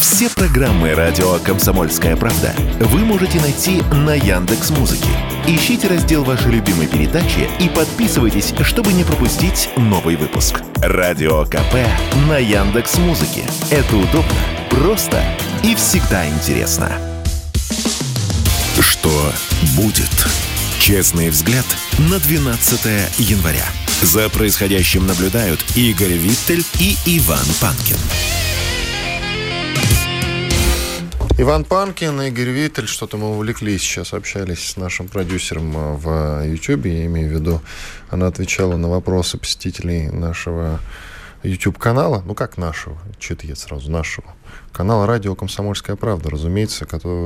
Все программы радио «Комсомольская правда» вы можете найти на Яндекс.Музыке. Ищите раздел вашей любимой передачи и подписывайтесь, чтобы не пропустить новый выпуск. Радио КП на Яндекс.Музыке. Это удобно, просто и всегда интересно. Что будет? Честный взгляд на 12 января. За происходящим наблюдают Игорь Виттель и Иван Панкин. Иван Панкин, Игорь Виттель. Что-то мы увлеклись сейчас, общались с нашим продюсером в Ютьюбе, я имею в виду. Она отвечала на вопросы посетителей нашего YouTube-канала. Ну, как нашего? Чё-то я сразу нашего. Канал «Радио Комсомольская правда», разумеется,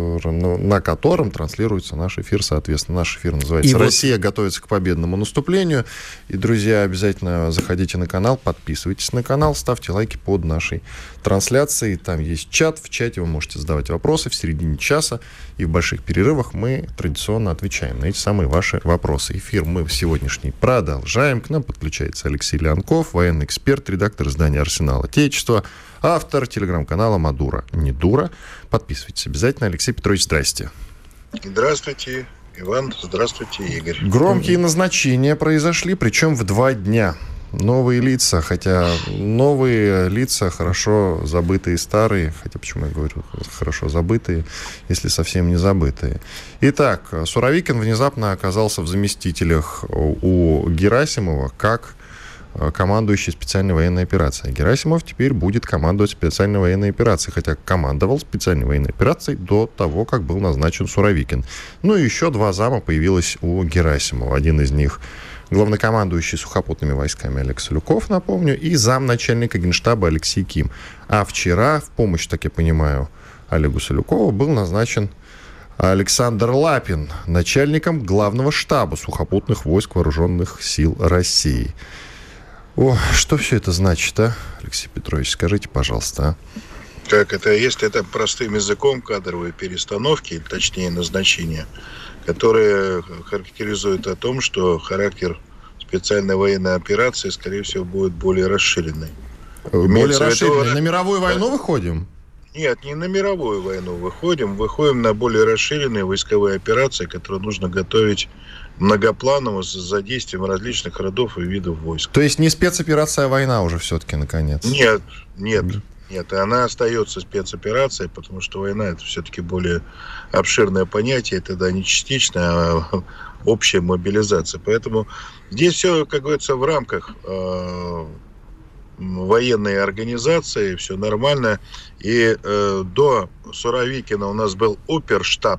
на котором транслируется наш эфир, соответственно. Наш эфир называется «Россия готовится к победному наступлению». И, друзья, обязательно заходите на канал, подписывайтесь на канал, ставьте лайки под нашей трансляцией. Там есть чат, в чате вы можете задавать вопросы в середине часа. И в больших перерывах мы традиционно отвечаем на эти самые ваши вопросы. Эфир мы сегодняшний продолжаем. К нам подключается Алексей Леонков, военный эксперт, редактор издания «Арсенал Отечества», автор телеграм-канала «Мадура не дура». Подписывайтесь обязательно. Алексей Петрович, здрасте. Здравствуйте, Иван. Здравствуйте, Игорь. Громкие назначения произошли, причем в 2 дня. Новые лица, хотя новые лица хорошо забытые старые, хотя почему я говорю хорошо забытые, если совсем не забытые. Итак, Суровикин внезапно оказался в заместителях у Герасимова как командующий специальной военной операцией. Герасимов теперь будет командовать специальной военной операцией, хотя командовал специальной военной операцией до того, как был назначен Суровикин. Ну и еще 2 зама появилось у Герасимова. Один из них главнокомандующий сухопутными войсками Олег Солюков, напомню, и замначальника Генштаба Алексей Ким. А вчера в помощь, так я понимаю, Олегу Солюкову был назначен Александр Лапин начальником главного штаба сухопутных войск Вооруженных сил России. О, что все это значит, а? Алексей Петрович, скажите, пожалуйста, а? Как это, если это простым языком, кадровые перестановки, точнее назначения, которые характеризуют о том, что характер специальной военной операции, скорее всего, будет более расширенный. Более расширенный? На мировую войну выходим? Нет, не на мировую войну выходим на более расширенные войсковые операции, которые нужно готовить многопланово с задействием различных родов и видов войск. То есть не спецоперация, а война уже все-таки, наконец? Нет, она остается спецоперацией, потому что война — это все-таки более обширное понятие, это не частичная, а общая мобилизация. Поэтому здесь все, как говорится, в рамках военной организации, все нормально. И до Суровикина у нас был оперштаб,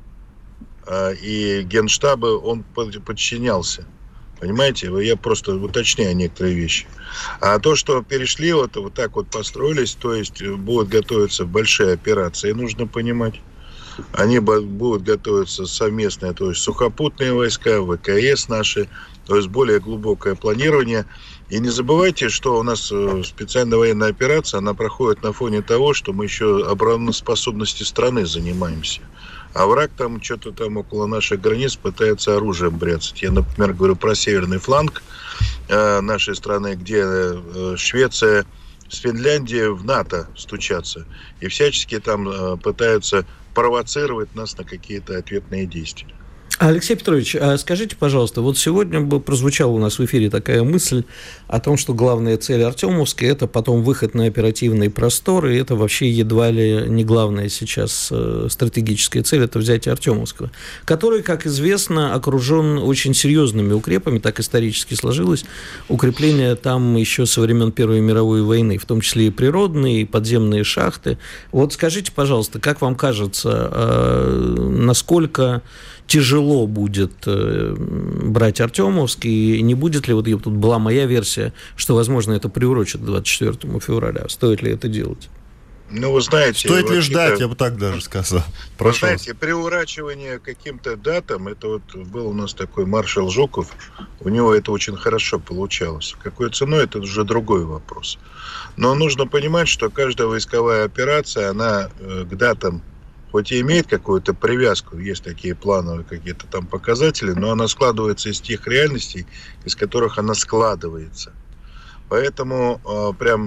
и Генштабу он подчинялся. Понимаете? Я просто уточняю некоторые вещи. А то, что перешли, вот так вот построились, то есть будут готовиться большие операции, нужно понимать. Они будут готовиться совместные, то есть сухопутные войска, ВКС наши, то есть более глубокое планирование. И не забывайте, что у нас специальная военная операция, она проходит на фоне того, что мы еще обороноспособностью страны занимаемся. А враг там что-то там около наших границ пытается оружием бряцать. Я, например, говорю про северный фланг нашей страны, где Швеция с Финляндией в НАТО стучатся. И всячески там пытаются провоцировать нас на какие-то ответные действия. Алексей Петрович, скажите, пожалуйста, вот сегодня прозвучала у нас в эфире такая мысль о том, что главная цель Артемовска – это потом выход на оперативные просторы, и это вообще едва ли не главная сейчас стратегическая цель – это взятие Артемовского, который, как известно, окружен очень серьезными укрепами, так исторически сложилось, укрепления там еще со времен Первой мировой войны, в том числе и природные, и подземные шахты. Вот скажите, пожалуйста, как вам кажется, насколько тяжело будет брать Артемовск, и не будет ли, вот тут была моя версия, что, возможно, это приурочит к 24 февраля. Стоит ли это делать? Ну, вы знаете... Стоит ли ждать, я бы так даже сказал. Вы знаете, приурачивание к каким-то датам, это вот был у нас такой маршал Жуков, у него это очень хорошо получалось. Какой ценой, это уже другой вопрос. Но нужно понимать, что каждая войсковая операция, она к датам хоть и имеет какую-то привязку, есть такие плановые какие-то там показатели, но она складывается из тех реальностей, из которых она складывается. Поэтому прям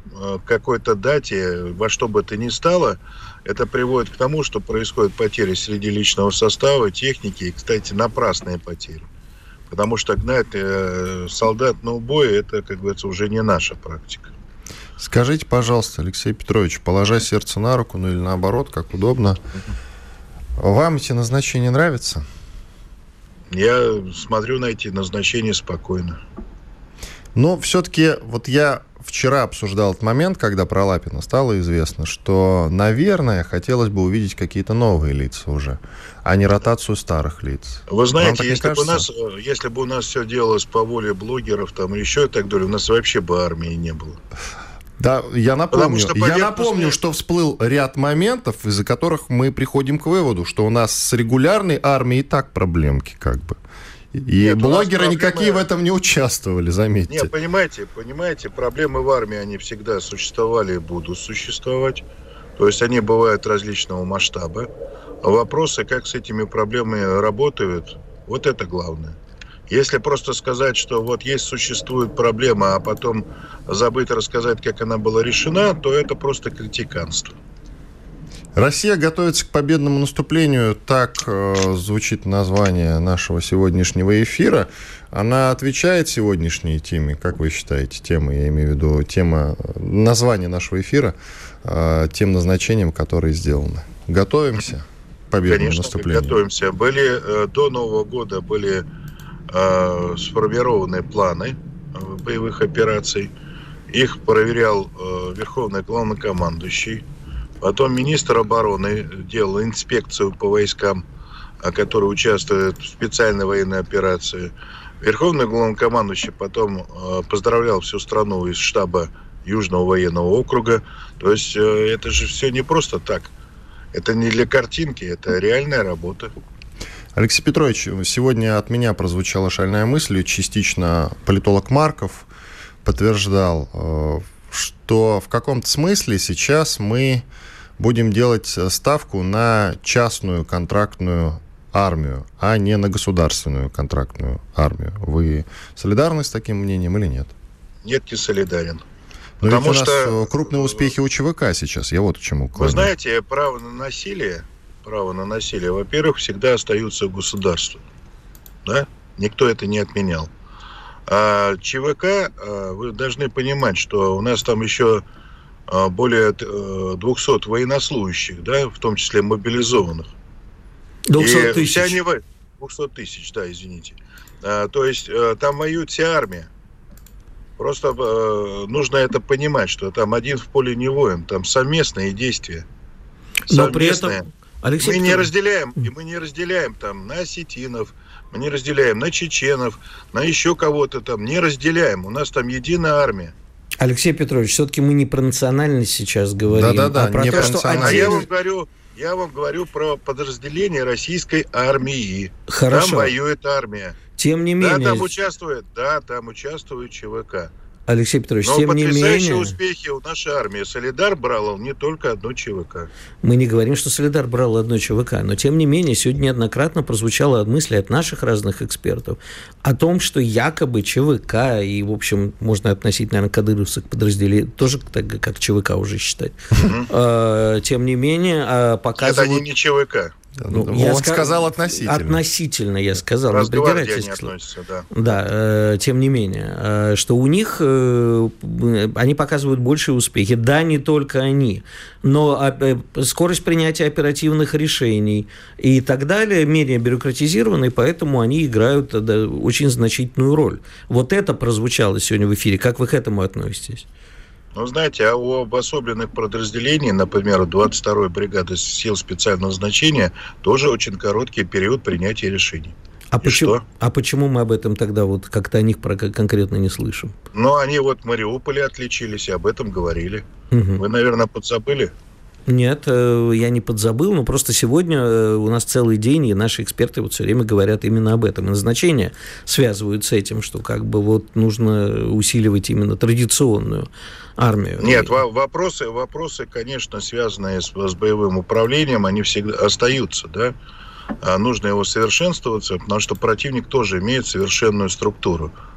какой-то дате, во что бы то ни стало, это приводит к тому, что происходят потери среди личного состава, техники, и, кстати, напрасные потери. Потому что гнать солдат на убой, это, как говорится, уже не наша практика. Скажите, пожалуйста, Алексей Петрович, положа сердце на руку, ну или наоборот, как удобно, вам эти назначения нравятся? Я смотрю на эти назначения спокойно. Но все-таки вот я вчера обсуждал этот момент, когда про Лапина стало известно, что, наверное, хотелось бы увидеть какие-то новые лица уже, а не ротацию старых лиц. Вы знаете, если бы у нас все делалось по воле блогеров, там еще и так далее, у нас вообще бы армии не было. Да, я напомню, что всплыл ряд моментов, из-за которых мы приходим к выводу, что у нас с регулярной армией и так проблемки как бы. И нет, блогеры никакие в этом не участвовали, заметьте. Нет, понимаете, проблемы в армии, они всегда существовали и будут существовать. То есть они бывают различного масштаба. А вопросы, как с этими проблемами работают, вот это главное. Если просто сказать, что вот существует проблема, а потом забыть рассказать, как она была решена, то это просто критиканство. Россия готовится к победному наступлению, так звучит название нашего сегодняшнего эфира. Она отвечает сегодняшней теме, как вы считаете, я имею в виду название нашего эфира, тем назначением, которые сделаны. Готовимся к победному наступлению? Конечно, готовимся. До Нового года были сформированы планы боевых операций. Их проверял Верховный Главнокомандующий. Потом министр обороны делал инспекцию по войскам, которые участвуют в специальной военной операции. Верховный Главнокомандующий потом поздравлял всю страну из штаба Южного военного округа. То есть это же все не просто так. Это не для картинки, это реальная работа. Алексей Петрович, сегодня от меня прозвучала шальная мысль, частично политолог Марков подтверждал, что в каком-то смысле сейчас мы будем делать ставку на частную контрактную армию, а не на государственную контрактную армию. Вы солидарны с таким мнением или нет? Нет, не солидарен. Но потому ведь у нас крупные успехи у ЧВК сейчас, я вот к чему клоню. Вы знаете, право на насилие, во-первых, всегда остаются государством. Да? Никто это не отменял. А ЧВК, вы должны понимать, что у нас там еще более 200 военнослужащих, да, в том числе мобилизованных. 200 тысяч. 200 тысяч, да, извините. То есть там воюет вся армия. Просто нужно это понимать, что там один в поле не воин, там совместные действия. Но при этом, Алексей, мы не разделяем там на осетинов, мы не разделяем на чеченов, на еще кого-то там, не разделяем. У нас там единая армия. Алексей Петрович, все-таки мы не про национальность сейчас говорим, а про не то, что я вам говорю про подразделение российской армии. Хорошо. Там воюет армия. Тем не менее... там участвует ЧВК. Алексей Петрович, но тем не менее... потрясающие успехи у нашей армии. Солидар брал не только одно ЧВК. Мы не говорим, что Солидар брал одно ЧВК, но тем не менее сегодня неоднократно прозвучала мысль от наших разных экспертов о том, что якобы ЧВК, и, в общем, можно относить, наверное, кадыровцев к подразделению, тоже так, как ЧВК уже считать. Тем не менее, показывают... Это не ЧВК. Он сказал относительно. Относительно, я сказал. Росгвардия не относится, да. Да, тем не менее, что у них они показывают большие успехи. Да, не только они, но скорость принятия оперативных решений и так далее менее бюрократизированы, поэтому они играют очень значительную роль. Вот это прозвучало сегодня в эфире. Как вы к этому относитесь? Ну, знаете, а у обособленных подразделений, например, 22-й бригады сил специального назначения, тоже очень короткий период принятия решений. А почему мы об этом тогда вот как-то о них конкретно не слышим? Ну, они вот в Мариуполе отличились и об этом говорили. Вы, наверное, подзабыли? Нет, я не подзабыл, но просто сегодня у нас целый день, и наши эксперты вот все время говорят именно об этом. И назначения связывают с этим, что как бы вот нужно усиливать именно традиционную армию. Нет, вопросы, конечно, связанные с боевым управлением, они всегда остаются, да. Нужно его совершенствоваться, потому что противник тоже имеет совершенную структуру.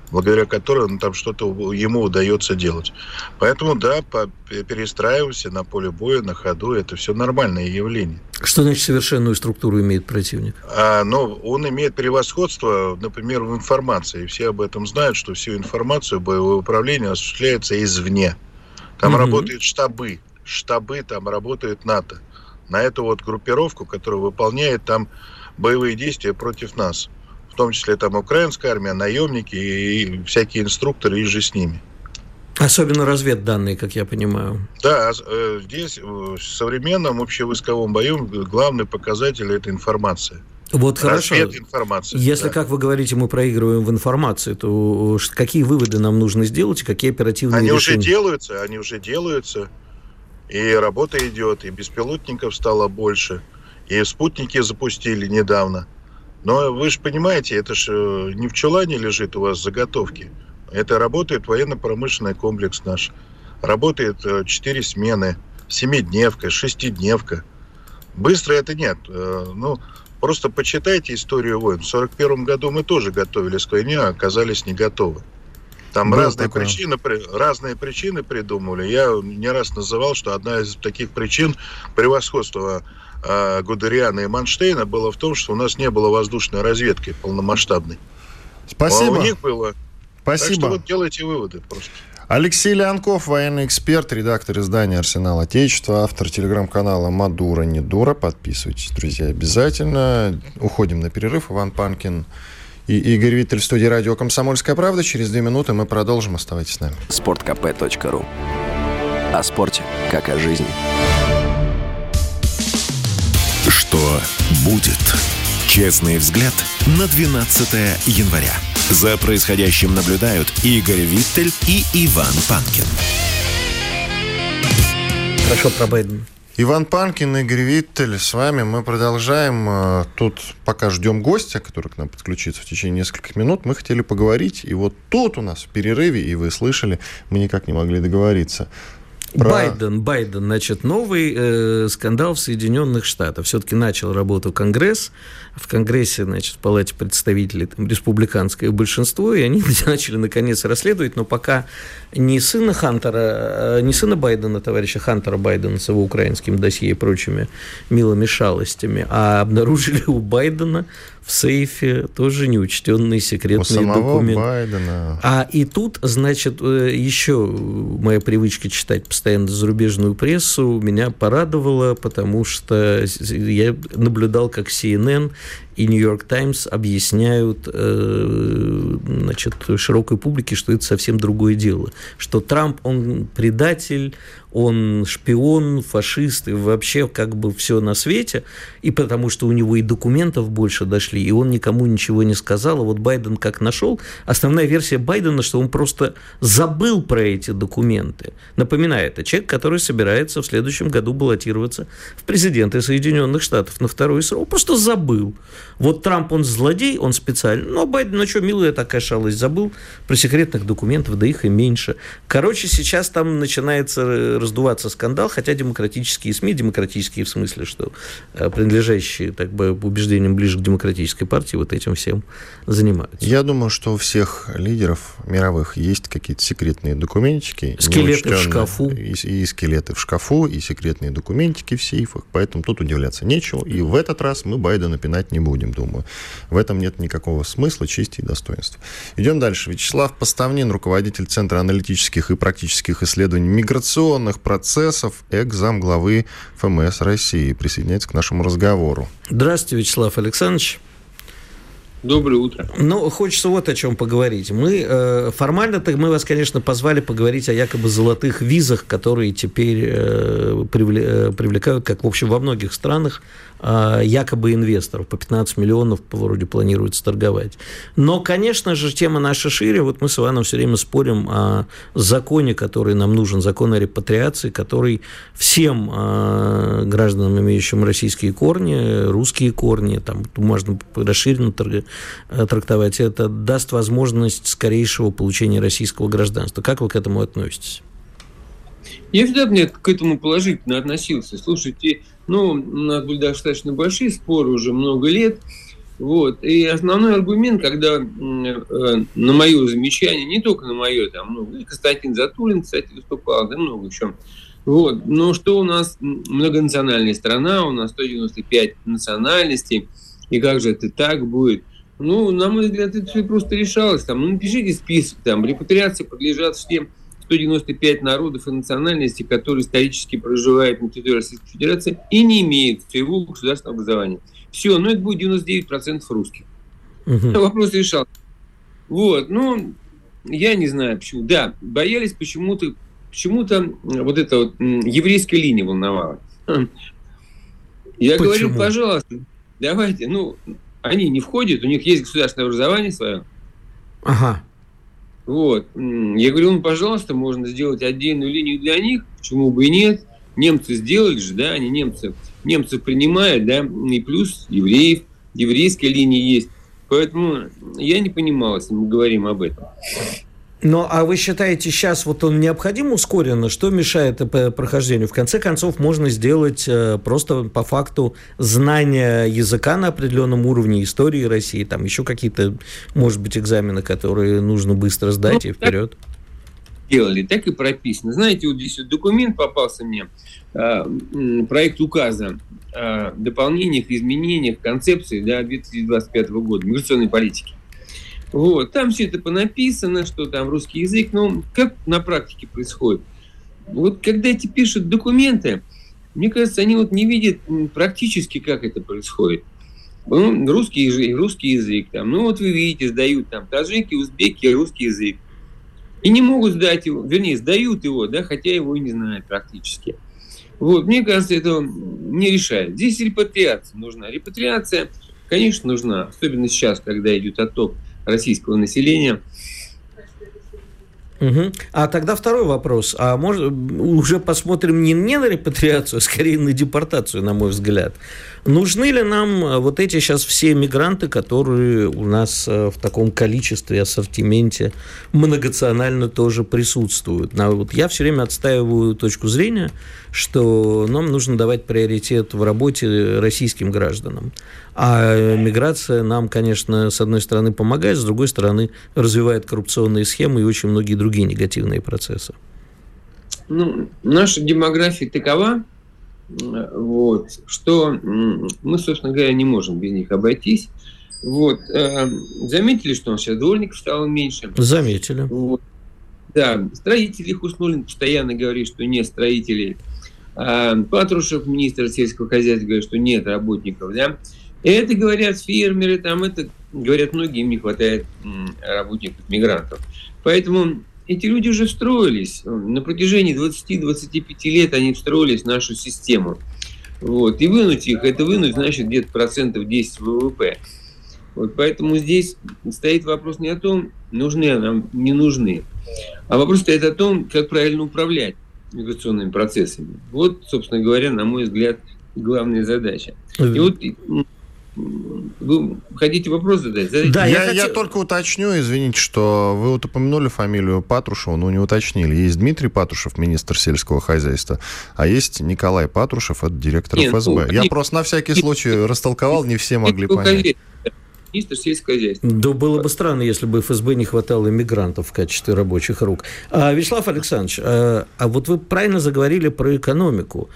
благодаря которым там что-то ему удается делать. Поэтому, да, перестраиваемся на поле боя, на ходу, это все нормальное явление. Что значит совершенную структуру имеет противник? Но он имеет превосходство, например, в информации. Все об этом знают, что всю информацию боевое управление осуществляется извне. Там работают штабы, там работает НАТО. На эту вот группировку, которая выполняет там боевые действия против нас. В том числе там украинская армия, наемники и всякие инструкторы и же с ними. Особенно разведданные, как я понимаю. Да, здесь в современном общевойсковом бою главный показатель – это информация. Вот хорошо. Развединформация. Если, да, как вы говорите, мы проигрываем в информации, то какие выводы нам нужно сделать и какие оперативные решения? Они уже делаются. И работа идет, и беспилотников стало больше, и спутники запустили недавно. Но вы же понимаете, это же не в чулане лежит у вас заготовки. Это работает военно-промышленный комплекс наш. Работает 4 смены, 7-дневка, 6-дневка. Быстро это нет. Просто почитайте историю войн. В 1941 году мы тоже готовились к войне, а оказались не готовы. Там разные причины придумывали. Я не раз называл, что одна из таких причин превосходства Гудериана и Манштейна было в том, что у нас не было воздушной разведки полномасштабной. Спасибо. А у них было. Спасибо. Так что вот делайте выводы просто. Алексей Леонков, военный эксперт, редактор издания «Арсенал Отечества», автор телеграм-канала «Мадура не дура». Подписывайтесь, друзья, обязательно. Уходим на перерыв. Иван Панкин и Игорь Виттель в студии радио «Комсомольская правда». Через 2 минуты мы продолжим. Оставайтесь с нами. sportkp.ru. О спорте, как о жизни. Что будет? Честный взгляд на 12 января. За происходящим наблюдают Игорь Виттель и Иван Панкин. Хорошо про Байдена. Иван Панкин, Игорь Виттель, с вами мы продолжаем. Тут пока ждем гостя, который к нам подключится в течение нескольких минут. Мы хотели поговорить, и вот тут у нас в перерыве, и вы слышали, мы никак не могли договориться. Байден, значит, новый скандал в Соединенных Штатах. Все-таки начал работу Конгресс. В Конгрессе, значит, в Палате представителей там республиканское большинство, и они начали, наконец, расследовать, но пока не сына Байдена, товарища Хантера Байдена с его украинским досье и прочими милыми шалостями, а обнаружили у Байдена в сейфе тоже неучтенные секретные документы. Байдена. И тут, значит, еще моя привычка читать постоянно зарубежную прессу меня порадовала, потому что я наблюдал, как CNN и New York Times объясняют, значит, широкой публике, что это совсем другое дело. Что Трамп, он предатель, он шпион, фашист, и вообще как бы все на свете, и потому что у него и документов больше дошли, и он никому ничего не сказал. А вот Байден как нашел, основная версия Байдена, что он просто забыл про эти документы. Напоминаю, это человек, который собирается в следующем году баллотироваться в президенты Соединенных Штатов на 2-й срок, просто забыл. Вот Трамп, он злодей, он специально. Ну, а Байден, что, милая такая шалость, забыл про секретных документов, да их и меньше. Короче, сейчас там начинается раздуваться скандал, хотя демократические СМИ, демократические в смысле, что принадлежащие, так бы, убеждениям ближе к демократической партии, вот этим всем занимаются. Я думаю, что у всех лидеров мировых есть какие-то секретные документики. Скелеты в шкафу. И скелеты в шкафу, и секретные документики в сейфах, поэтому тут удивляться нечего. И в этот раз мы Байдена пинать не будем, думаю. В этом нет никакого смысла, чести и достоинства. Идем дальше. Вячеслав Поставнин, руководитель Центра аналитических и практических исследований миграционных процессов, экс-замглавы ФМС России, присоединяется к нашему разговору. Здравствуйте, Вячеслав Александрович. Доброе утро. Ну, хочется вот о чем поговорить. Мы формально-то мы вас, конечно, позвали поговорить о якобы золотых визах, которые теперь привлекают, как, в общем, во многих странах, якобы инвесторов. По 15 миллионов вроде планируется торговать. Но, конечно же, тема наша шире. Вот мы с Иваном все время спорим о законе, который нам нужен, закон о репатриации, который всем гражданам, имеющим российские корни, русские корни, там можно расширенно трактовать, это даст возможность скорейшего получения российского гражданства. Как вы к этому относитесь? Я всегда к этому положительно относился. Слушайте, у нас были достаточно большие споры уже много лет. Вот. И основной аргумент, когда на мое замечание, не только на мое, там, и Константин Затулин, кстати, выступал, да много еще. Вот. Но что у нас многонациональная страна, у нас 195 национальностей, и как же это так будет? Ну, на мой взгляд, это все просто решалось. Там, напишите список, там, репатриации подлежат все 195 народов и национальностей, которые исторически проживают на территории Российской Федерации и не имеют своего государственного образования. Все, это будет 99% русских. Вопрос решался. Вот, я не знаю почему. Да, боялись почему-то вот эта вот еврейская линия волновала. Я говорю, пожалуйста, давайте, они не входят, у них есть государственное образование свое. Ага. Вот. Я говорю, пожалуйста, можно сделать отдельную линию для них, почему бы и нет. Немцы сделали же, да, они немцев принимают, да, и плюс евреев, еврейская линия есть. Поэтому я не понимал, если мы говорим об этом. Ну, а вы считаете, сейчас вот он необходим ускоренно? Что мешает прохождению? В конце концов, можно сделать просто по факту знания языка на определенном уровне, истории России, там еще какие-то, может быть, экзамены, которые нужно быстро сдать и вперед. Делали, так и прописано. Знаете, вот здесь вот документ попался мне, проект указа о дополнениях, изменениях концепции до 2025 года миграционной политики. Вот, там все это понаписано, что там русский язык, как на практике происходит. Вот когда эти пишут документы, мне кажется, они вот не видят практически, как это происходит. Русский язык, там, вы видите, сдают там таджики, узбеки, русский язык. И не могут сдать его, сдают его, да, хотя его и не знают практически. Вот, мне кажется, это не решает. Здесь репатриация нужна. Репатриация, конечно, нужна, особенно сейчас, когда идет отток российского населения. Угу. А тогда второй вопрос. А может, уже посмотрим не на репатриацию, а скорее на депортацию, на мой взгляд. Нужны ли нам вот эти сейчас все мигранты, которые у нас в таком количестве, ассортименте многонационально тоже присутствуют? Вот я все время отстаиваю точку зрения, что нам нужно давать приоритет в работе российским гражданам. А миграция нам, конечно, с одной стороны помогает, с другой стороны развивает коррупционные схемы и очень многие другие негативные процессы. Наша демография такова, что мы, собственно говоря, не можем без них обойтись. Заметили, что у нас сейчас дворников стало меньше? Заметили. Да, строители Хуснуллин постоянно говорит, что нет строителей. Патрушев, министр сельского хозяйства, говорит, что нет работников, да. Это говорят фермеры, это говорят многие, им не хватает работников, мигрантов. Поэтому эти люди уже встроились. На протяжении 20-25 лет они встроились в нашу систему. И вынуть их, значит, где-то 10% ВВП. Поэтому здесь стоит вопрос не о том, нужны нам, не нужны, а вопрос стоит о том, как правильно управлять миграционными процессами. Собственно говоря, на мой взгляд, главная задача. И вы хотите вопрос задать? Да, я только уточню, извините, что вы упомянули фамилию Патрушева, но не уточнили. Есть Дмитрий Патрушев, министр сельского хозяйства, а есть Николай Патрушев, это директор ФСБ. Я просто на всякий случай растолковал, не все могли понять. Министр сельского хозяйства. Да, было бы странно, если бы ФСБ не хватало иммигрантов в качестве рабочих рук. Вячеслав Александрович, вот вы правильно заговорили про экономику,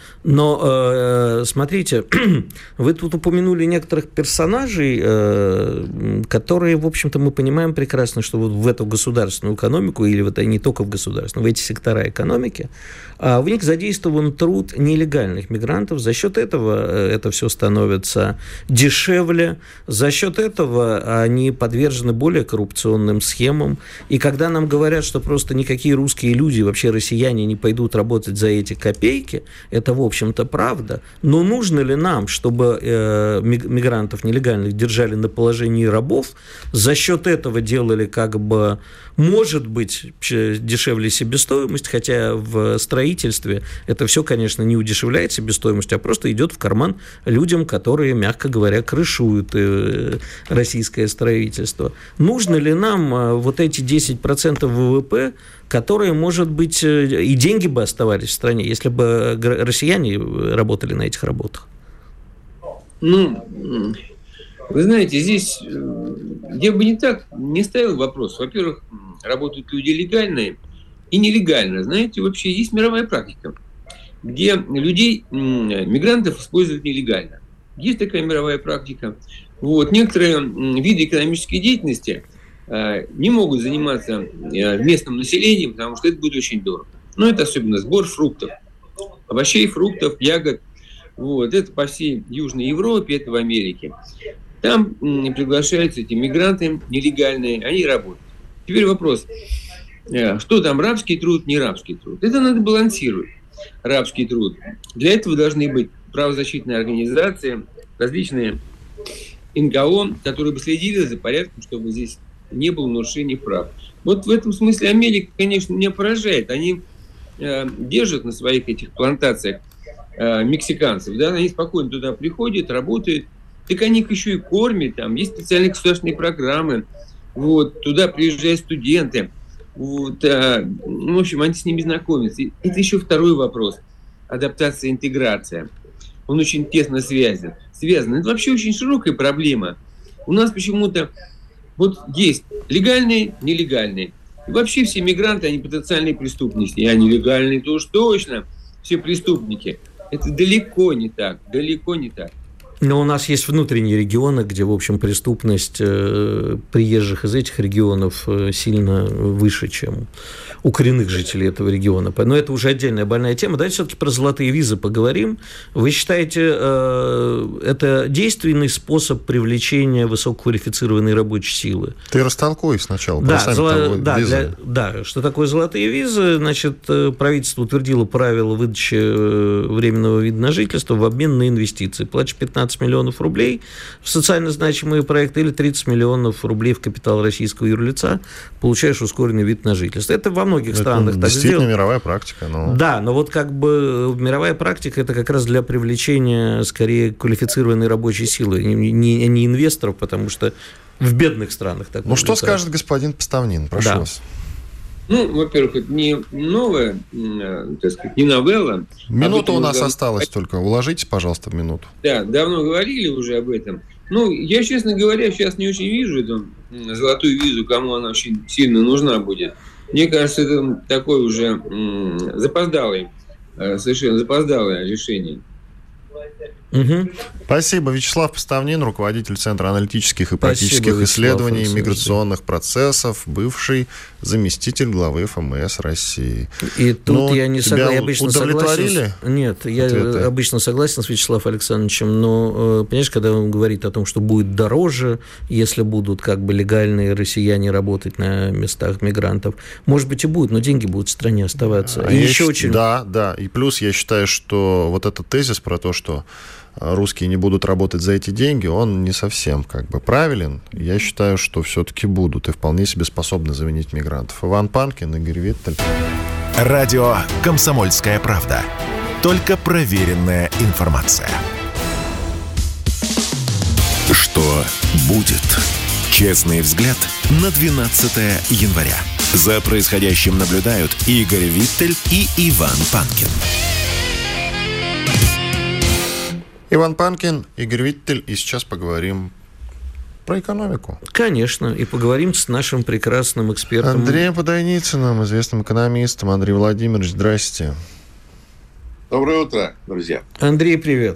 но смотрите, вы тут упомянули некоторых персонажей, которые, в общем-то, мы понимаем прекрасно, что в эту государственную экономику, или не только в государственную, в эти сектора экономики, в них задействован труд нелегальных мигрантов. За счет этого это все становится дешевле, за счет этого они подвержены более коррупционным схемам. И когда нам говорят, что просто никакие русские люди, вообще россияне, не пойдут работать за эти копейки, это, в общем-то, правда. Но нужно ли нам, чтобы мигрантов нелегальных держали на положении рабов, за счет этого делали может быть, дешевле себестоимость, хотя в строительстве это все, конечно, не удешевляет себестоимость, а просто идет в карман людям, которые, мягко говоря, крышуют российское строительство. Нужно ли нам вот эти 10% ВВП, которые, может быть, и деньги бы оставались в стране, если бы россияне работали на этих работах? Вы знаете, здесь я бы не ставил вопрос. Во-первых, работают люди легальные и нелегально. Знаете, вообще есть мировая практика, где людей, мигрантов, используют нелегально. Есть такая мировая практика. Вот. Некоторые виды экономической деятельности не могут заниматься местным населением, потому что это будет очень дорого. Но это особенно сбор фруктов, овощей, фруктов, ягод. Вот. Это по всей Южной Европе, это в Америке. Там приглашаются эти мигранты нелегальные, они работают. Теперь вопрос, что там, рабский труд, не рабский труд? Это надо балансировать, рабский труд. Для этого должны быть правозащитные организации, различные НКО, которые бы следили за порядком, чтобы здесь не было нарушений прав. Вот в этом смысле Америка, конечно, меня поражает. Они держат на своих этих плантациях мексиканцев, да, они спокойно туда приходят, работают, так они их еще и кормят, там есть специальные государственные программы, вот, туда приезжают студенты, вот, в общем, они с ними знакомятся. Это еще второй вопрос, адаптация, интеграция. Он очень тесно связан. Это вообще очень широкая проблема. У нас почему-то вот есть легальные, нелегальные. И вообще все мигранты, они потенциальные преступники. А нелегальные, то уж точно все преступники. Это далеко не так. Но у нас есть внутренние регионы, где, в общем, преступность приезжих из этих регионов сильно выше, чем у коренных жителей этого региона. Но это уже отдельная больная тема. Давайте все-таки про золотые визы поговорим. Вы считаете, это действенный способ привлечения высококвалифицированной рабочей силы? Ты растолкуй сначала. Да, что такое золотые визы? Значит, правительство утвердило правила выдачи временного вида на жительство в обмен на инвестиции. Платишь 15 миллионов рублей в социально значимые проекты или 30 миллионов рублей в капитал российского юрлица, получаешь ускоренный вид на жительство. Это во многих странах так сделано. Действительно мировая практика. Да, но вот как бы мировая практика – это как раз для привлечения, скорее, квалифицированной рабочей силы, не инвесторов, потому что в бедных странах так. Ну, что скажет господин Поставнин? Прошу вас. Ну, во-первых, это не новая, так сказать, не новелла. Минута у нас осталась только. Уложитесь, пожалуйста, в минуту. Да, давно говорили уже об этом. Ну, я, честно говоря, сейчас не очень вижу эту золотую визу, кому она очень сильно нужна будет. Мне кажется, это такое уже совершенно запоздалое решение. Угу. Спасибо. Вячеслав Поставнин, руководитель Центра аналитических и практических исследований миграционных процессов, бывший заместитель главы ФМС России. И тут я не согласен. Удовлетворили? Нет, я обычно согласен с Вячеславом Александровичем, но, понимаешь, когда он говорит о том, что будет дороже, если будут как бы легальные россияне работать на местах мигрантов, может быть и будет, но деньги будут в стране оставаться. Да. И плюс я считаю, что вот этот тезис про то, что русские не будут работать за эти деньги, он не совсем как бы правилен. Я считаю, что все-таки будут и вполне себе способны заменить мигрантов. Иван Панкин, Игорь Виттель. Радио «Комсомольская правда». Только проверенная информация. Что будет? Честный взгляд на 12 января. За происходящим наблюдают Игорь Виттель и Иван Панкин. Иван Панкин, Игорь Виттель, и сейчас поговорим про экономику. Конечно, и поговорим с нашим прекрасным экспертом. Андреем Подойницыным, известным экономистом. Андрей Владимирович, здрасте. Доброе утро, друзья. Андрей, привет.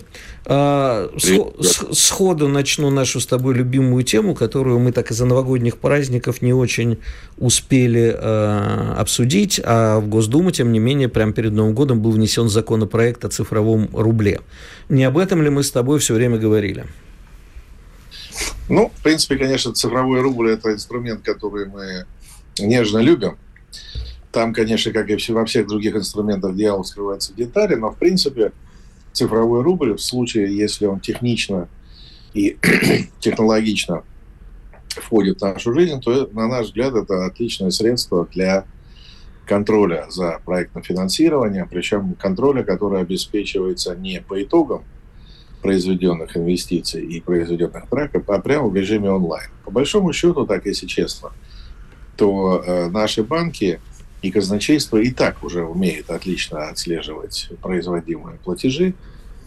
Сходу начну нашу с тобой любимую тему, которую мы так из-за новогодних праздников не очень успели обсудить, а в Госдуму, тем не менее, прямо перед Новым годом был внесен законопроект о цифровом рубле. Не об этом ли мы с тобой все время говорили? Ну, в принципе, конечно, цифровой рубль – это инструмент, который мы нежно любим. Там, конечно, как и во всех других инструментах, дьявол скрывается в детали, но, в принципе, цифровой рубль, в случае, если он технично и технологично входит в нашу жизнь, то, на наш взгляд, это отличное средство для контроля за проектным финансированием, причем контроля, который обеспечивается не по итогам произведенных инвестиций и произведенных треков, а прямо в режиме онлайн. По большому счету, так если честно, то наши банки и казначейство и так уже умеет отлично отслеживать производимые платежи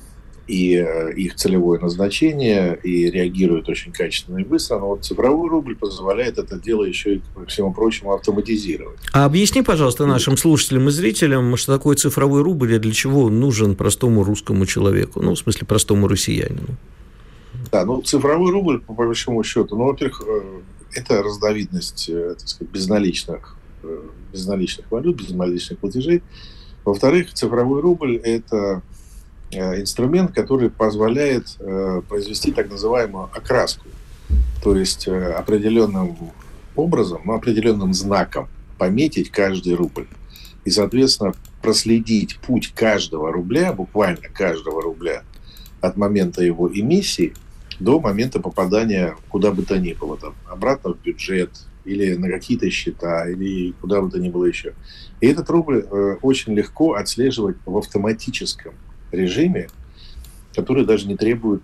и их целевое назначение, и реагирует очень качественно и быстро. Но вот цифровой рубль позволяет это дело еще и, ко всему прочему, автоматизировать. А объясни, пожалуйста, нашим слушателям и зрителям, что такое цифровой рубль и для чего он нужен простому русскому человеку, ну, в смысле, простому россиянину. Да, ну, цифровой рубль, по большому счету, ну, во-первых, это разновидность, так сказать, безналичных валют, безналичных платежей. Во-вторых, цифровой рубль – это инструмент, который позволяет произвести так называемую окраску, то есть определенным образом, определенным знаком пометить каждый рубль и, соответственно, проследить путь каждого рубля, буквально каждого рубля, от момента его эмиссии до момента попадания куда бы то ни было, там, обратно в бюджет или на какие-то счета, или куда бы то ни было еще. И этот рубль очень легко отслеживать в автоматическом режиме, который даже не требует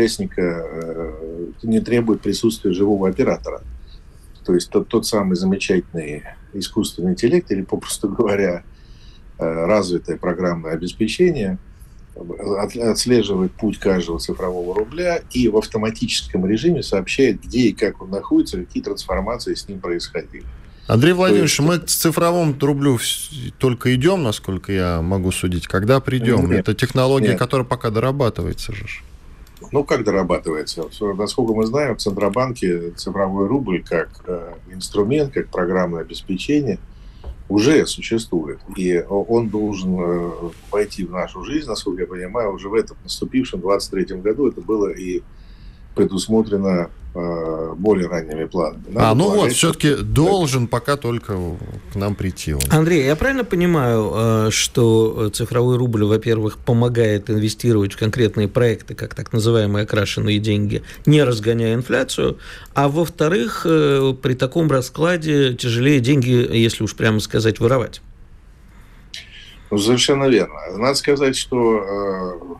не требует присутствия живого оператора. То есть тот самый замечательный искусственный интеллект, или, попросту говоря, развитое программное обеспечение, отслеживает путь каждого цифрового рубля и в автоматическом режиме сообщает, где и как он находится, какие трансформации с ним происходили. Андрей Владимирович, мы к цифровому рублю только идем, насколько я могу судить. Когда придем? Нет, это технология, нет. Которая пока дорабатывается же. Ну, как дорабатывается? Насколько мы знаем, в Центробанке цифровой рубль как инструмент, как программное обеспечение уже существует. И он должен войти в нашу жизнь, насколько я понимаю, уже в этом наступившем 23-м году. Это было и предусмотрено более ранними планами. Все-таки должен пока только к нам прийти. Андрей, я правильно понимаю, что цифровой рубль, во-первых, помогает инвестировать в конкретные проекты, как так называемые окрашенные деньги, не разгоняя инфляцию, а во-вторых, при таком раскладе тяжелее деньги, если уж прямо сказать, воровать? Ну, совершенно верно. Надо сказать, что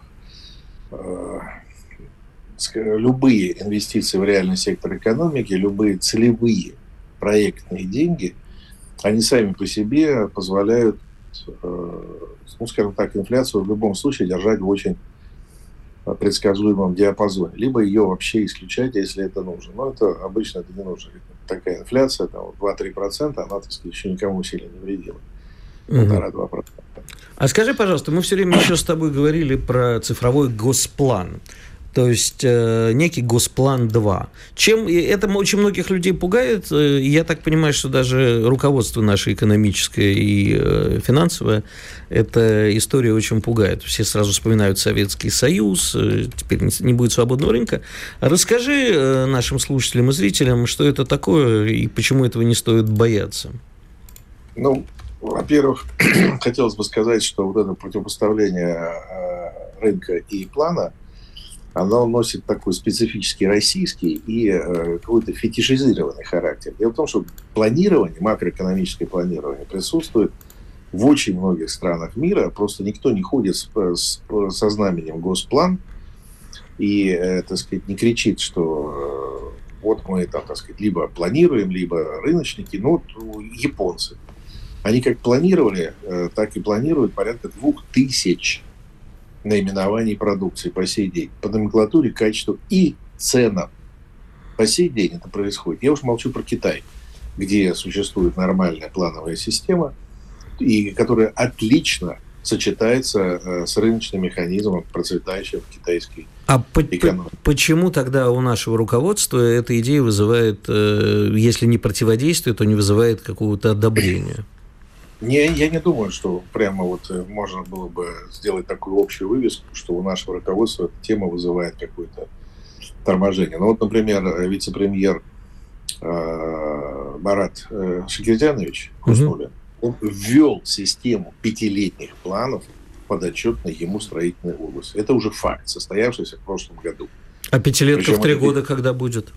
любые инвестиции в реальный сектор экономики, любые целевые проектные деньги, они сами по себе позволяют, скажем так, инфляцию в любом случае держать в очень предсказуемом диапазоне. Либо ее вообще исключать, если это нужно. Но это обычно это не нужно. Такая инфляция, там, 2-3%, она, так сказать, еще никому сильно не вредила. 1,5-2%. А скажи, пожалуйста, мы все время еще с тобой говорили про цифровой госплан. То есть некий Госплан 2. Чем это очень многих людей пугает, я так понимаю, что даже руководство наше экономическое и финансовое, эта история очень пугает. Все сразу вспоминают Советский Союз, теперь не будет свободного рынка. Расскажи нашим слушателям и зрителям, что это такое и почему этого не стоит бояться. Ну, во-первых, хотелось бы сказать, что вот это противопоставление рынка и плана, оно носит такой специфический российский и какой-то фетишизированный характер. Дело в том, что планирование, макроэкономическое планирование присутствует в очень многих странах мира. Просто никто не ходит со знаменем Госплан и, так сказать, не кричит, что вот мы там, так сказать, либо планируем, либо рыночники. Ну, вот японцы. Они как планировали, так и планируют порядка 2000 наименований продукции по сей день, по номенклатуре, качеству и ценам. По сей день это происходит. Я уж молчу про Китай, где существует нормальная плановая система, и которая отлично сочетается с рыночным механизмом, процветающим в китайской экономике. Почему тогда у нашего руководства эта идея вызывает, если не противодействие, то не вызывает какого-то одобрения? Я не думаю, что прямо вот можно было бы сделать такую общую вывеску, что у нашего руководства эта тема вызывает какое-то торможение. Ну вот, например, вице-премьер Марат Шакирзянович Хуснуллин, он ввел систему 5-летних планов подотчетной ему строительной области. Это уже факт, состоявшийся в прошлом году. А 5-летка в 3 года когда будет?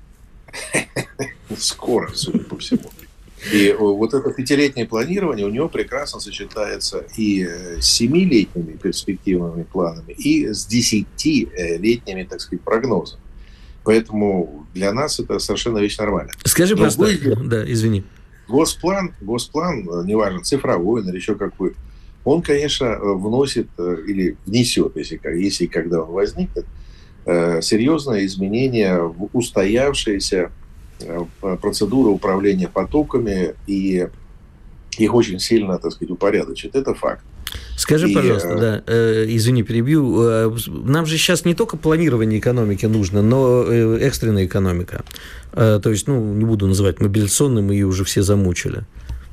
Скоро, судя по всему. И вот это 5-летнее планирование у него прекрасно сочетается и с 7-летними перспективными планами, и с 10-летними, так сказать, прогнозами. Поэтому для нас это совершенно вещь нормальная. Скажи, пожалуйста, да, извини. Госплан, неважно, цифровой или еще какой, он, конечно, вносит или внесет, если и когда он возникнет, серьезное изменение в устоявшиеся процедуры управления потоками, и их очень сильно, так сказать, упорядочит. Это факт. Скажи, пожалуйста, извини, перебью. Нам же сейчас не только планирование экономики нужно, но экстренная экономика. То есть, не буду называть мобилизационной, мы ее уже все замучили.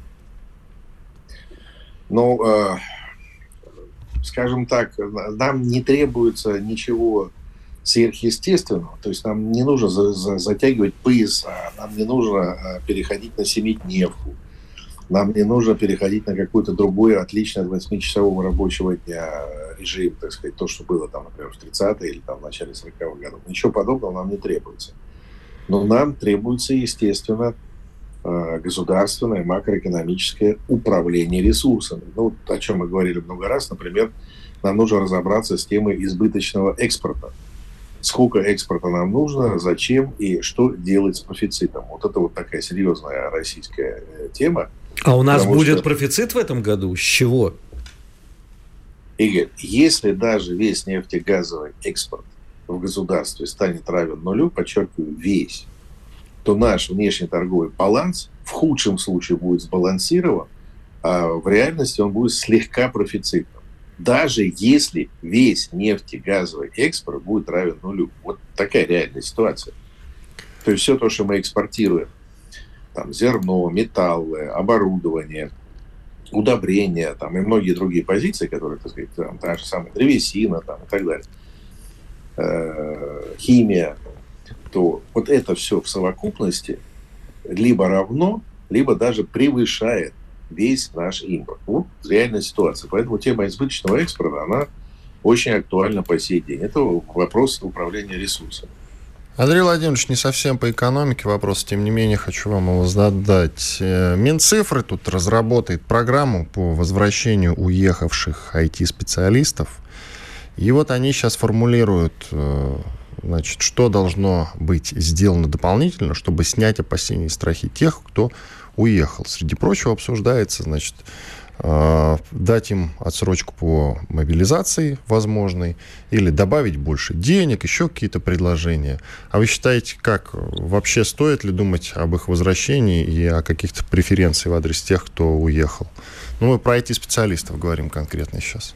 Скажем так, нам не требуется ничего сверхъестественного, то есть нам не нужно затягивать пояса, нам не нужно переходить на 7-дневку, нам не нужно переходить на какой-то другой, отличный от 8-часового рабочего дня режим, так сказать, то, что было там, например, в 30-е или там, в начале 40-х годов. Ничего подобного нам не требуется. Но нам требуется, естественно, государственное макроэкономическое управление ресурсами. О чем мы говорили много раз, например, нам нужно разобраться с темой избыточного экспорта. Сколько экспорта нам нужно, зачем и что делать с профицитом. Вот это вот такая серьезная российская тема. А у нас будет профицит в этом году? С чего? Игорь, если даже весь нефтегазовый экспорт в государстве станет равен нулю, подчеркиваю, весь, то наш внешнеторговый баланс в худшем случае будет сбалансирован, а в реальности он будет слегка профицитным. Даже если весь нефтегазовый экспорт будет равен нулю. Вот такая реальная ситуация. То есть все то, что мы экспортируем, там, зерно, металлы, оборудование, удобрения там, и многие другие позиции, которые, так сказать, там, та же самая древесина там, и так далее, химия, то вот это все в совокупности либо равно, либо даже превышает весь наш импорт. Вот реальная ситуация. Поэтому тема избыточного экспорта, она очень актуальна по сей день. Это вопрос управления ресурсами. Андрей Владимирович, не совсем по экономике вопрос, тем не менее хочу вам его задать. Минцифры тут разработает программу по возвращению уехавших IT-специалистов. И вот они сейчас формулируют, значит, что должно быть сделано дополнительно, чтобы снять опасения и страхи тех, кто уехал. Среди прочего обсуждается, значит, дать им отсрочку по мобилизации возможной или добавить больше денег, еще какие-то предложения. А вы считаете, как вообще стоит ли думать об их возвращении и о каких-то преференциях в адрес тех, кто уехал? Мы про IT-специалистов говорим конкретно сейчас.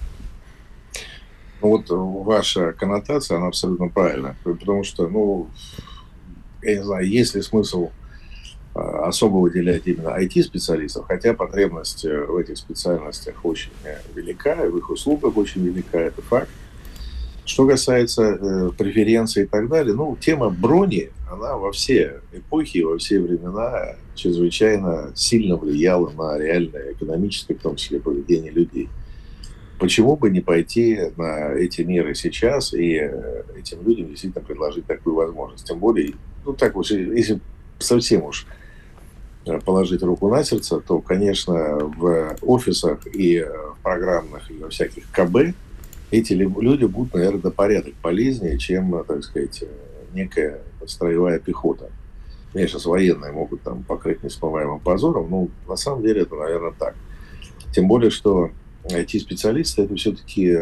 Вот ваша коннотация, она абсолютно правильная. Потому что, я не знаю, есть ли смысл особо выделять именно IT-специалистов, хотя потребность в этих специальностях очень велика, и в их услугах очень велика, это факт. Что касается преференций и так далее, тема брони, она во все эпохи, во все времена чрезвычайно сильно влияла на реальное экономическое, в том числе, поведение людей. Почему бы не пойти на эти меры сейчас и этим людям действительно предложить такую возможность? Тем более, так уж, если совсем уж положить руку на сердце, то, конечно, в офисах и в программных, и во всяких КБ эти люди будут, наверное, до порядок полезнее, чем, так сказать, некая строевая пехота. Меня сейчас военные могут там покрыть несмываемым позором, но на самом деле это, наверное, так. Тем более, что IT-специалисты — это все-таки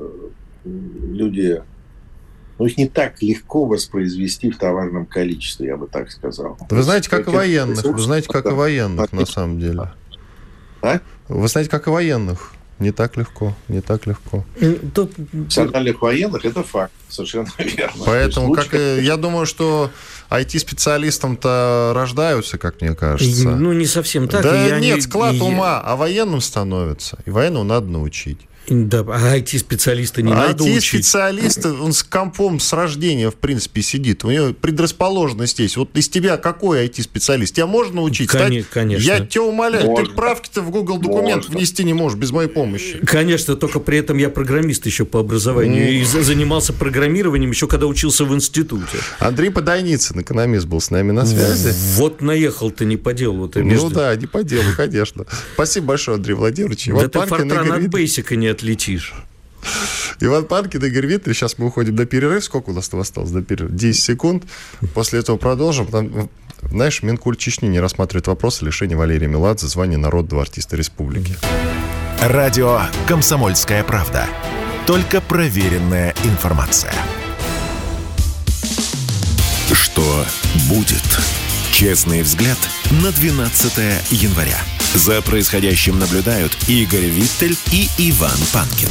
люди... их не так легко воспроизвести в товарном количестве, я бы так сказал. Вы знаете, как и военных. Вы знаете, как и военных, на самом деле. А? Вы знаете, как и военных. Не так легко, не так легко. Профессиональных военных — это факт, совершенно верно. Поэтому, я думаю, что IT-специалистам-то рождаются, как мне кажется. Не совсем так. Да нет, склад ума, а военным становится. И военного надо научить. Да, а IT-специалиста не надо учить. IT-специалист, он с компом с рождения, в принципе, сидит. У него предрасположенность есть. Вот из тебя какой IT-специалист? Тебя можно научить? Конечно. Я тебя умоляю, можно. Ты правки-то в Google документ внести не можешь без моей помощи. Конечно, только при этом я программист еще по образованию. И занимался программированием еще когда учился в институте. Андрей Подойницын, экономист, был с нами на связи. Вот наехал-то не по делу. Да, не по делу, конечно. Спасибо большое, Андрей Владимирович. Да ты Фортран от Бейсика не отличишь. Иван Панкин, Игорь Виттель. Сейчас мы уходим на перерыв. Сколько у нас осталось до перерыва? 10 секунд. После этого продолжим. Там, знаешь, Минкульт Чечни не рассматривает вопрос о лишении Валерия Меладзе звания народного артиста республики. Радио «Комсомольская правда». Только проверенная информация. Что будет? Честный взгляд на 12 января. За происходящим наблюдают Игорь Виттель и Иван Панкин.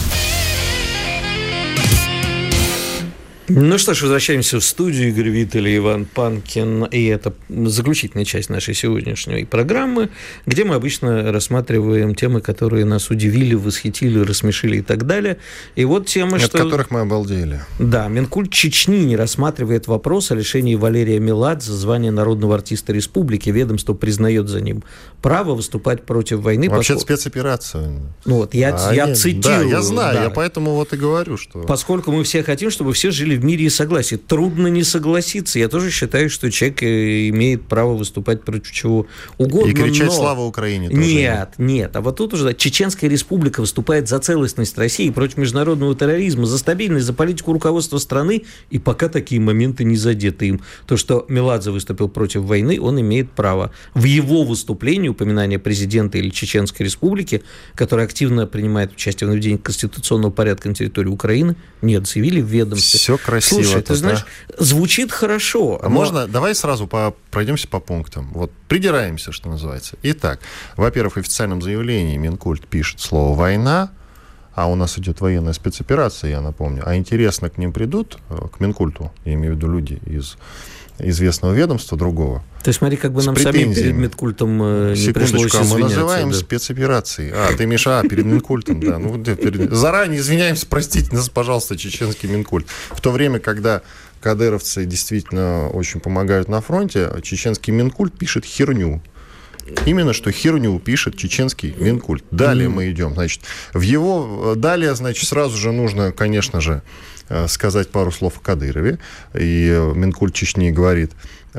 Ну что ж, возвращаемся в студию. Игорь Виттель и Иван Панкин. И это заключительная часть нашей сегодняшней программы, где мы обычно рассматриваем темы, которые нас удивили, восхитили, рассмешили и так далее. И вот тема, от что... которых мы обалдели. Да, Минкульт Чечни не рассматривает вопрос о лишении Валерия Меладзе звания народного артиста республики. Ведомство признает за ним право выступать против войны. Вообще-то спецоперация. Ну вот, я цитирую. Да, я знаю, да. Я поэтому вот и говорю, что... Поскольку мы все хотим, чтобы все жили в мире и согласии. Трудно не согласиться. Я тоже считаю, что человек имеет право выступать против чего угодно. И кричать «Слава Украине» тоже. Нет. А вот тут уже Чеченская республика выступает за целостность России, против международного терроризма, за стабильность, за политику руководства страны, и пока такие моменты не задеты им. То, что Меладзе выступил против войны, он имеет право. В его выступлении упоминание президента или Чеченской республики, которая активно принимает участие в наведении конституционного порядка на территории Украины, нет, заявили в ведомстве. Все красиво. Слушай, ты знаешь, звучит хорошо. А можно, давай сразу пройдемся по пунктам. Вот придираемся, что называется. Итак, во-первых, в официальном заявлении Минкульт пишет слово «война», а у нас идет военная спецоперация, я напомню. А интересно, к ним придут, к Минкульту, я имею в виду люди из известного ведомства другого. Ты смотри, как бы нам самим перед Минкультом не пришлось извиняться. Мы называем спецоперацией. Ты, Миша, перед Минкультом, да. Заранее извиняемся, простите нас, пожалуйста, чеченский Минкульт. В то время, когда кадыровцы действительно очень помогают на фронте, чеченский Минкульт пишет херню. Именно что херню пишет чеченский Минкульт. Далее мы идем. Значит, далее, значит, сразу же нужно, конечно же, сказать пару слов о Кадырове. И Минкульт Чечни говорит,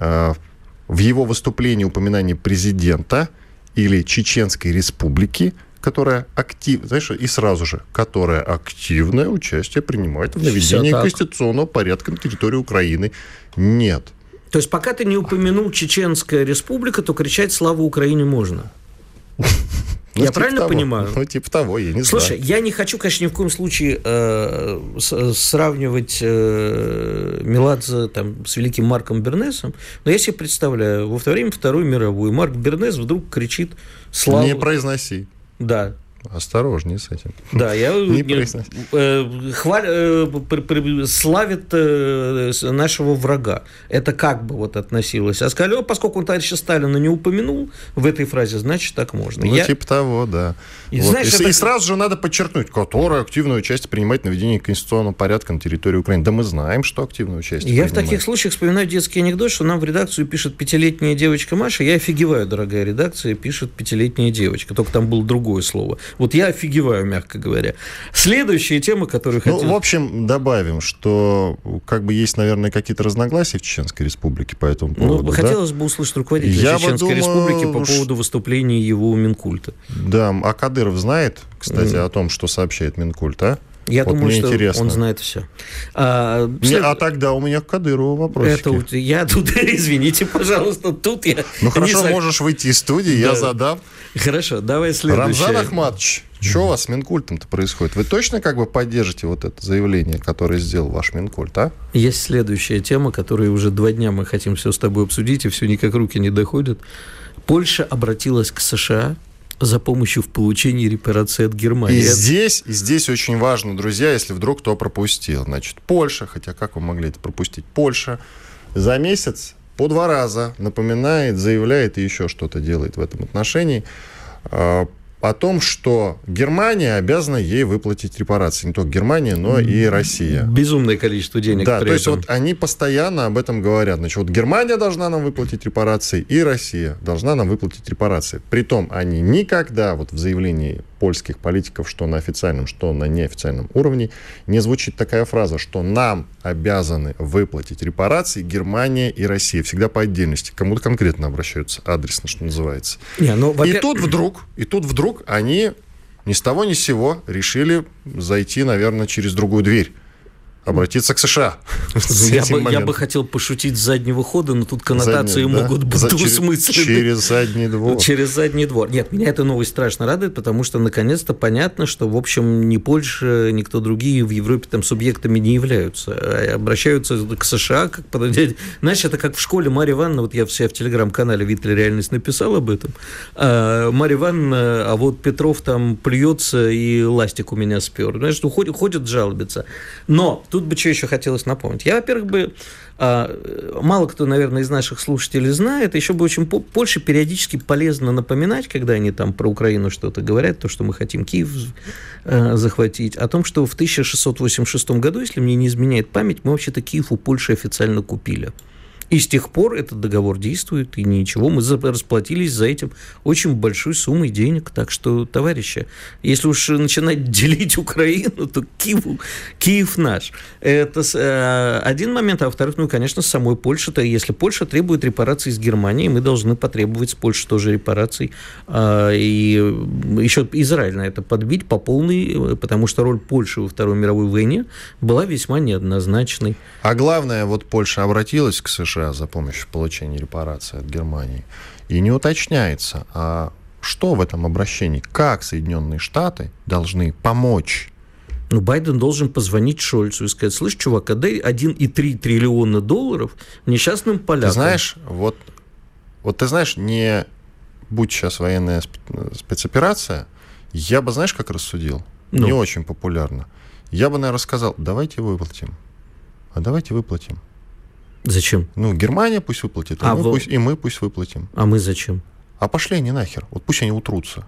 в его выступлении упоминание президента или Чеченской республики, которая которая активное участие принимает в наведении конституционного порядка на территории Украины, нет. То есть, пока ты не упомянул Чеченская республика, то кричать «Слава Украине» можно. Я правильно понимаю? Ну, типа того, я не знаю. Слушай, я не хочу, конечно, ни в коем случае сравнивать Меладзе с великим Марком Бернесом, но я себе представляю, во время Второй мировой Марк Бернес вдруг кричит «Слава». Не произноси. Да. Осторожнее с этим. Да, славит нашего врага. Это как бы вот относилось. А сказали, поскольку он товарища Сталина не упомянул в этой фразе, значит, так можно. Типа того, да. И сразу же надо подчеркнуть, которая активное участие принимает в наведении конституционного порядка на территории Украины. Да мы знаем, что активное участие принимает. Я в таких случаях вспоминаю детский анекдот, что нам в редакцию пишет 5-летняя девочка Маша. Я офигеваю, дорогая редакция, пишет 5-летняя девочка. Только там было другое слово. Вот я офигеваю, мягко говоря. Следующая тема, которую хотел... в общем, добавим, что есть, наверное, какие-то разногласия в Чеченской республике по этому поводу. Хотелось бы услышать руководителя Чеченской республики по поводу выступления его Минкульта. Да, а Кадыров знает, кстати, о том, что сообщает Минкульт, а? Я думаю, что интересно. Он знает все. А тогда у меня к Кадырову вопросики. Я тут, извините, пожалуйста, тут я... хорошо, можешь выйти из студии, я задам. Хорошо, давай следующее. Рамзан Ахматович, что у вас с Минкультом-то происходит? Вы точно поддержите вот это заявление, которое сделал ваш Минкульт, а? Есть следующая тема, которую уже 2 дня мы хотим все с тобой обсудить, и все никак руки не доходят. Польша обратилась к США за помощью в получении репараций от Германии. И здесь очень важно, друзья, если вдруг кто пропустил. Значит, Польша, хотя как вы могли это пропустить? Польша за месяц по 2 раза напоминает, заявляет и еще что-то делает в этом отношении о том, что Германия обязана ей выплатить репарации. Не только Германия, но и Россия. Безумное количество денег. Да, то есть они постоянно об этом говорят. Значит, Германия должна нам выплатить репарации, и Россия должна нам выплатить репарации. Притом они никогда в заявлении польских политиков, что на официальном, что на неофициальном уровне, не звучит такая фраза, что нам обязаны выплатить репарации Германия и Россия. Всегда по отдельности. Кому-то конкретно обращаются, адресно, что называется. И тут вдруг они ни с того ни с сего решили зайти, наверное, через другую дверь. обратиться к США. Я бы хотел пошутить с заднего хода, но тут коннотации могут быть двусмысленные. Через задний двор. Через задний двор. Нет, меня эта новость страшно радует, потому что наконец-то понятно, что, в общем, ни Польша, никто другие в Европе там субъектами не являются, а обращаются к США. Знаешь, это как в школе Марья Ивановна, вот я в телеграм-канале «Виталий Реальность» написал об этом. Марья Ивановна, а вот Петров там плюется и ластик у меня спер. Знаешь, ходят, жалобятся. Но тут бы что еще хотелось напомнить. Я, во-первых, мало кто, наверное, из наших слушателей знает, еще бы очень Польше периодически полезно напоминать, когда они там про Украину что-то говорят, то, что мы хотим Киев захватить, о том, что в 1686 году, если мне не изменяет память, мы вообще-то Киев у Польши официально купили. И с тех пор этот договор действует, и ничего, мы расплатились за этим очень большой суммой денег. Так что, товарищи, если уж начинать делить Украину, то Киев наш. Это один момент, а во-вторых, конечно, с самой Польшей-то, если Польша требует репараций с Германией, мы должны потребовать с Польши тоже репараций. И еще Израиль на это подбить по полной, потому что роль Польши во Второй мировой войне была весьма неоднозначной. А главное, вот Польша обратилась к США за помощью в получении репараций от Германии. И не уточняется, а что в этом обращении, как Соединенные Штаты должны помочь? Байден должен позвонить Шольцу и сказать: слышь, чувак, отдай 1,3 триллиона долларов несчастным полякам. Ты знаешь, вот ты знаешь, не будь сейчас военная спецоперация, я бы, знаешь, как рассудил? Не очень популярно. Я бы, наверное, сказал: давайте выплатим. Зачем? Германия пусть выплатит, и мы пусть выплатим. А мы зачем? А пошли они нахер. Вот пусть они утрутся.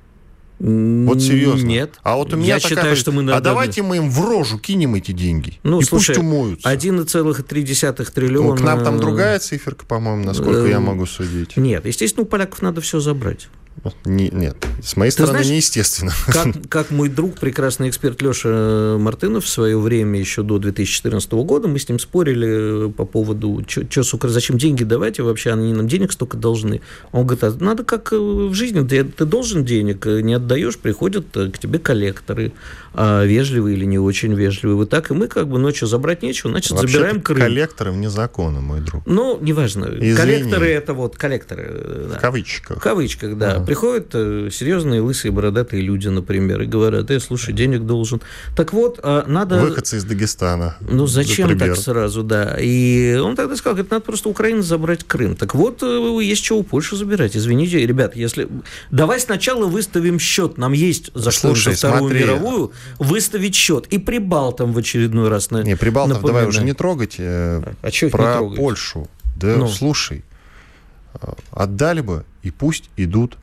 Вот серьезно. Нет. А вот у меня считаю, что мы давайте мы им в рожу кинем эти деньги. И слушай, пусть умоются. 1,3 триллиона... К нам там другая циферка, по-моему, насколько я могу судить. Нет, естественно, у поляков надо все забрать. Нет, с моей стороны, неестественно. Как мой друг, прекрасный эксперт Леша Мартынов в свое время, еще до 2014 года, мы с ним спорили по поводу, зачем деньги давать, и вообще они нам денег столько должны. Он говорит: надо как в жизни, ты должен денег, не отдаешь, приходят к тебе коллекторы, вежливые или не очень вежливые. Вот так и мы ночью забрать нечего, значит, вообще забираем Крым. Коллекторы вне закона, мой друг. Неважно. Извини. Коллекторы — это коллекторы. Да. В кавычках. В кавычках, да. Приходят серьезные лысые бородатые люди, например, и говорят: слушай, денег должен. Так вот, надо... Выходцы из Дагестана. Зачем например. Так сразу, да. И он тогда сказал: надо просто Украине забрать Крым. Так вот, есть что у Польши забирать. Извините, ребят, давай сначала выставим счет. Нам есть за что за Вторую мировую выставить счет. И Прибалтам в очередной раз Прибалтов давай уже не трогать. Про Польшу. Да, слушай, отдали бы, и пусть идут.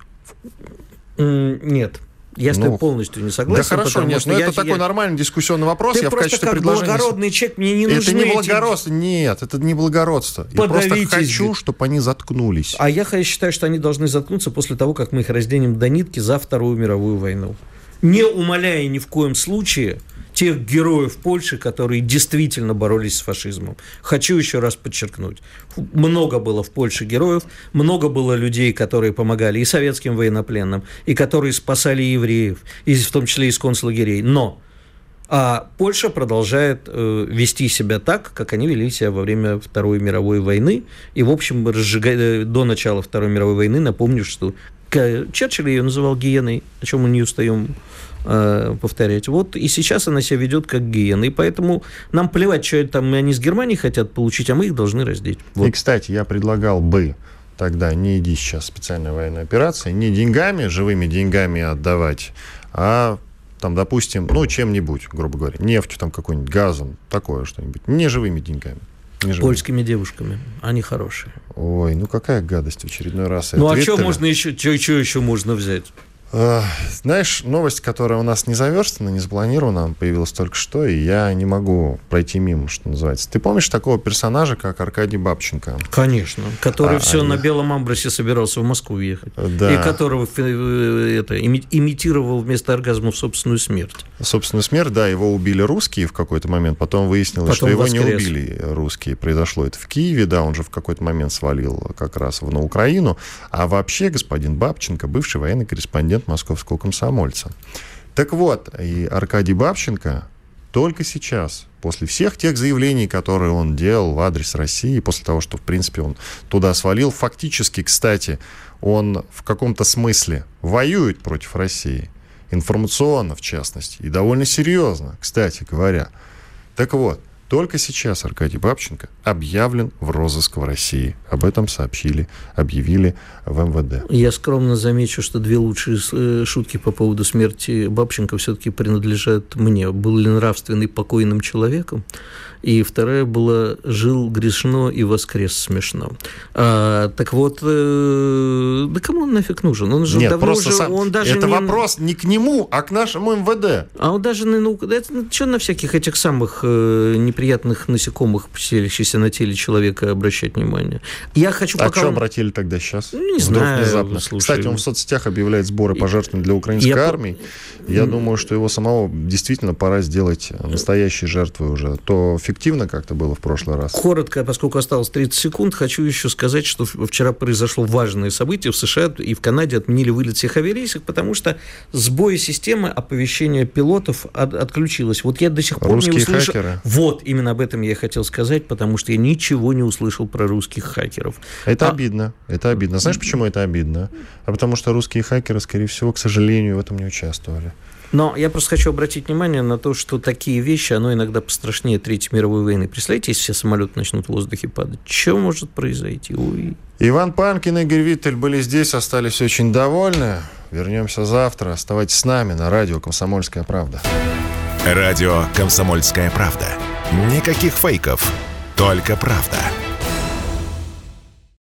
Нет. Я с тобой полностью не согласен. Да хорошо, нет, это такой нормальный дискуссионный вопрос. Ты я в качестве предложения... благородный человек, мне не нужны... Это не благородство, нет, это не благородство. Я просто хочу, чтобы они заткнулись. А я считаю, что они должны заткнуться после того, как мы их разденем до нитки за Вторую мировую войну. Не умаляя ни в коем случае тех героев Польши, которые действительно боролись с фашизмом. Хочу еще раз подчеркнуть. Много было в Польше героев, много было людей, которые помогали и советским военнопленным, и которые спасали евреев, в том числе из концлагерей. Но Польша продолжает вести себя так, как они вели себя во время Второй мировой войны. И, в общем, до начала Второй мировой войны, напомню, что Черчилль ее называл гиеной, о чем мы не устаем повторять. Вот и сейчас она себя ведет как гиена. И поэтому нам плевать, что там они с Германией хотят получить, а мы их должны раздеть. Вот. И, кстати, я предлагал бы тогда не иди сейчас специальная военная операция, не деньгами, живыми деньгами отдавать, а там, допустим, чем-нибудь, грубо говоря, нефтью там какой-нибудь, газом, такое что-нибудь, не живыми деньгами. Польскими девушками. Они хорошие. Ой, какая гадость в очередной раз. А что можно еще, что еще можно взять? Знаешь, новость, которая у нас не заверстана, не запланирована, появилась только что, и я не могу пройти мимо, что называется. Ты помнишь такого персонажа, как Аркадий Бабченко? Конечно. Который на белом амбросе собирался в Москву ехать. Да. И которого имитировал вместо оргазмов собственную смерть. Собственную смерть, да, его убили русские в какой-то момент, потом выяснилось, что его не убили русские. Произошло это в Киеве, да, он же в какой-то момент свалил как раз на Украину. А вообще господин Бабченко, бывший военный корреспондент московского комсомольца. Так вот, и Аркадий Бабченко только сейчас после всех тех заявлений, которые он делал в адрес России, после того, что, в принципе, он туда свалил, фактически, кстати, он в каком-то смысле воюет против России, информационно, в частности, и довольно серьезно, кстати говоря. Так вот, только сейчас Аркадий Бабченко объявлен в розыск в России. Об этом объявили в МВД. Я скромно замечу, что 2 лучшие шутки по поводу смерти Бабченко все-таки принадлежат мне. Был ли нравственный покойным человеком? И вторая была «жил грешно и воскрес смешно». Так вот, да кому он нафиг нужен? Он же Нет, давно просто уже... Он даже это вопрос не к нему, а к нашему МВД. А он даже... что на всяких этих самых неприятных насекомых, поселящихся на теле человека, обращать внимание? Я хочу пока... что обратили тогда сейчас? Не знаю. Внезапно. Слушай, кстати, он в соцсетях объявляет сборы пожертвований для украинской армии. Я думаю, что его самого действительно пора сделать настоящей жертвой уже. То фиктивно как-то было в прошлый раз. Коротко, поскольку осталось 30 секунд, хочу еще сказать, что вчера произошло важное событие. В США и в Канаде отменили вылет всех авиарейсов, потому что сбой системы оповещения пилотов отключилось. Вот я до сих пор русские не услышал... хакеры. Вот, именно об этом я хотел сказать, потому что я ничего не услышал про русских хакеров. Это обидно. Это обидно. Знаешь, почему это обидно? А потому что русские хакеры, скорее всего, к сожалению, в этом не участвовали. Но я просто хочу обратить внимание на то, что такие вещи, оно иногда пострашнее Третьей мировой войны. Представляете, если все самолеты начнут в воздухе падать, что может произойти? Ой. Иван Панкин и Игорь Виттель были здесь, остались очень довольны. Вернемся завтра. Оставайтесь с нами на радио «Комсомольская правда». Радио «Комсомольская правда». Никаких фейков, только правда.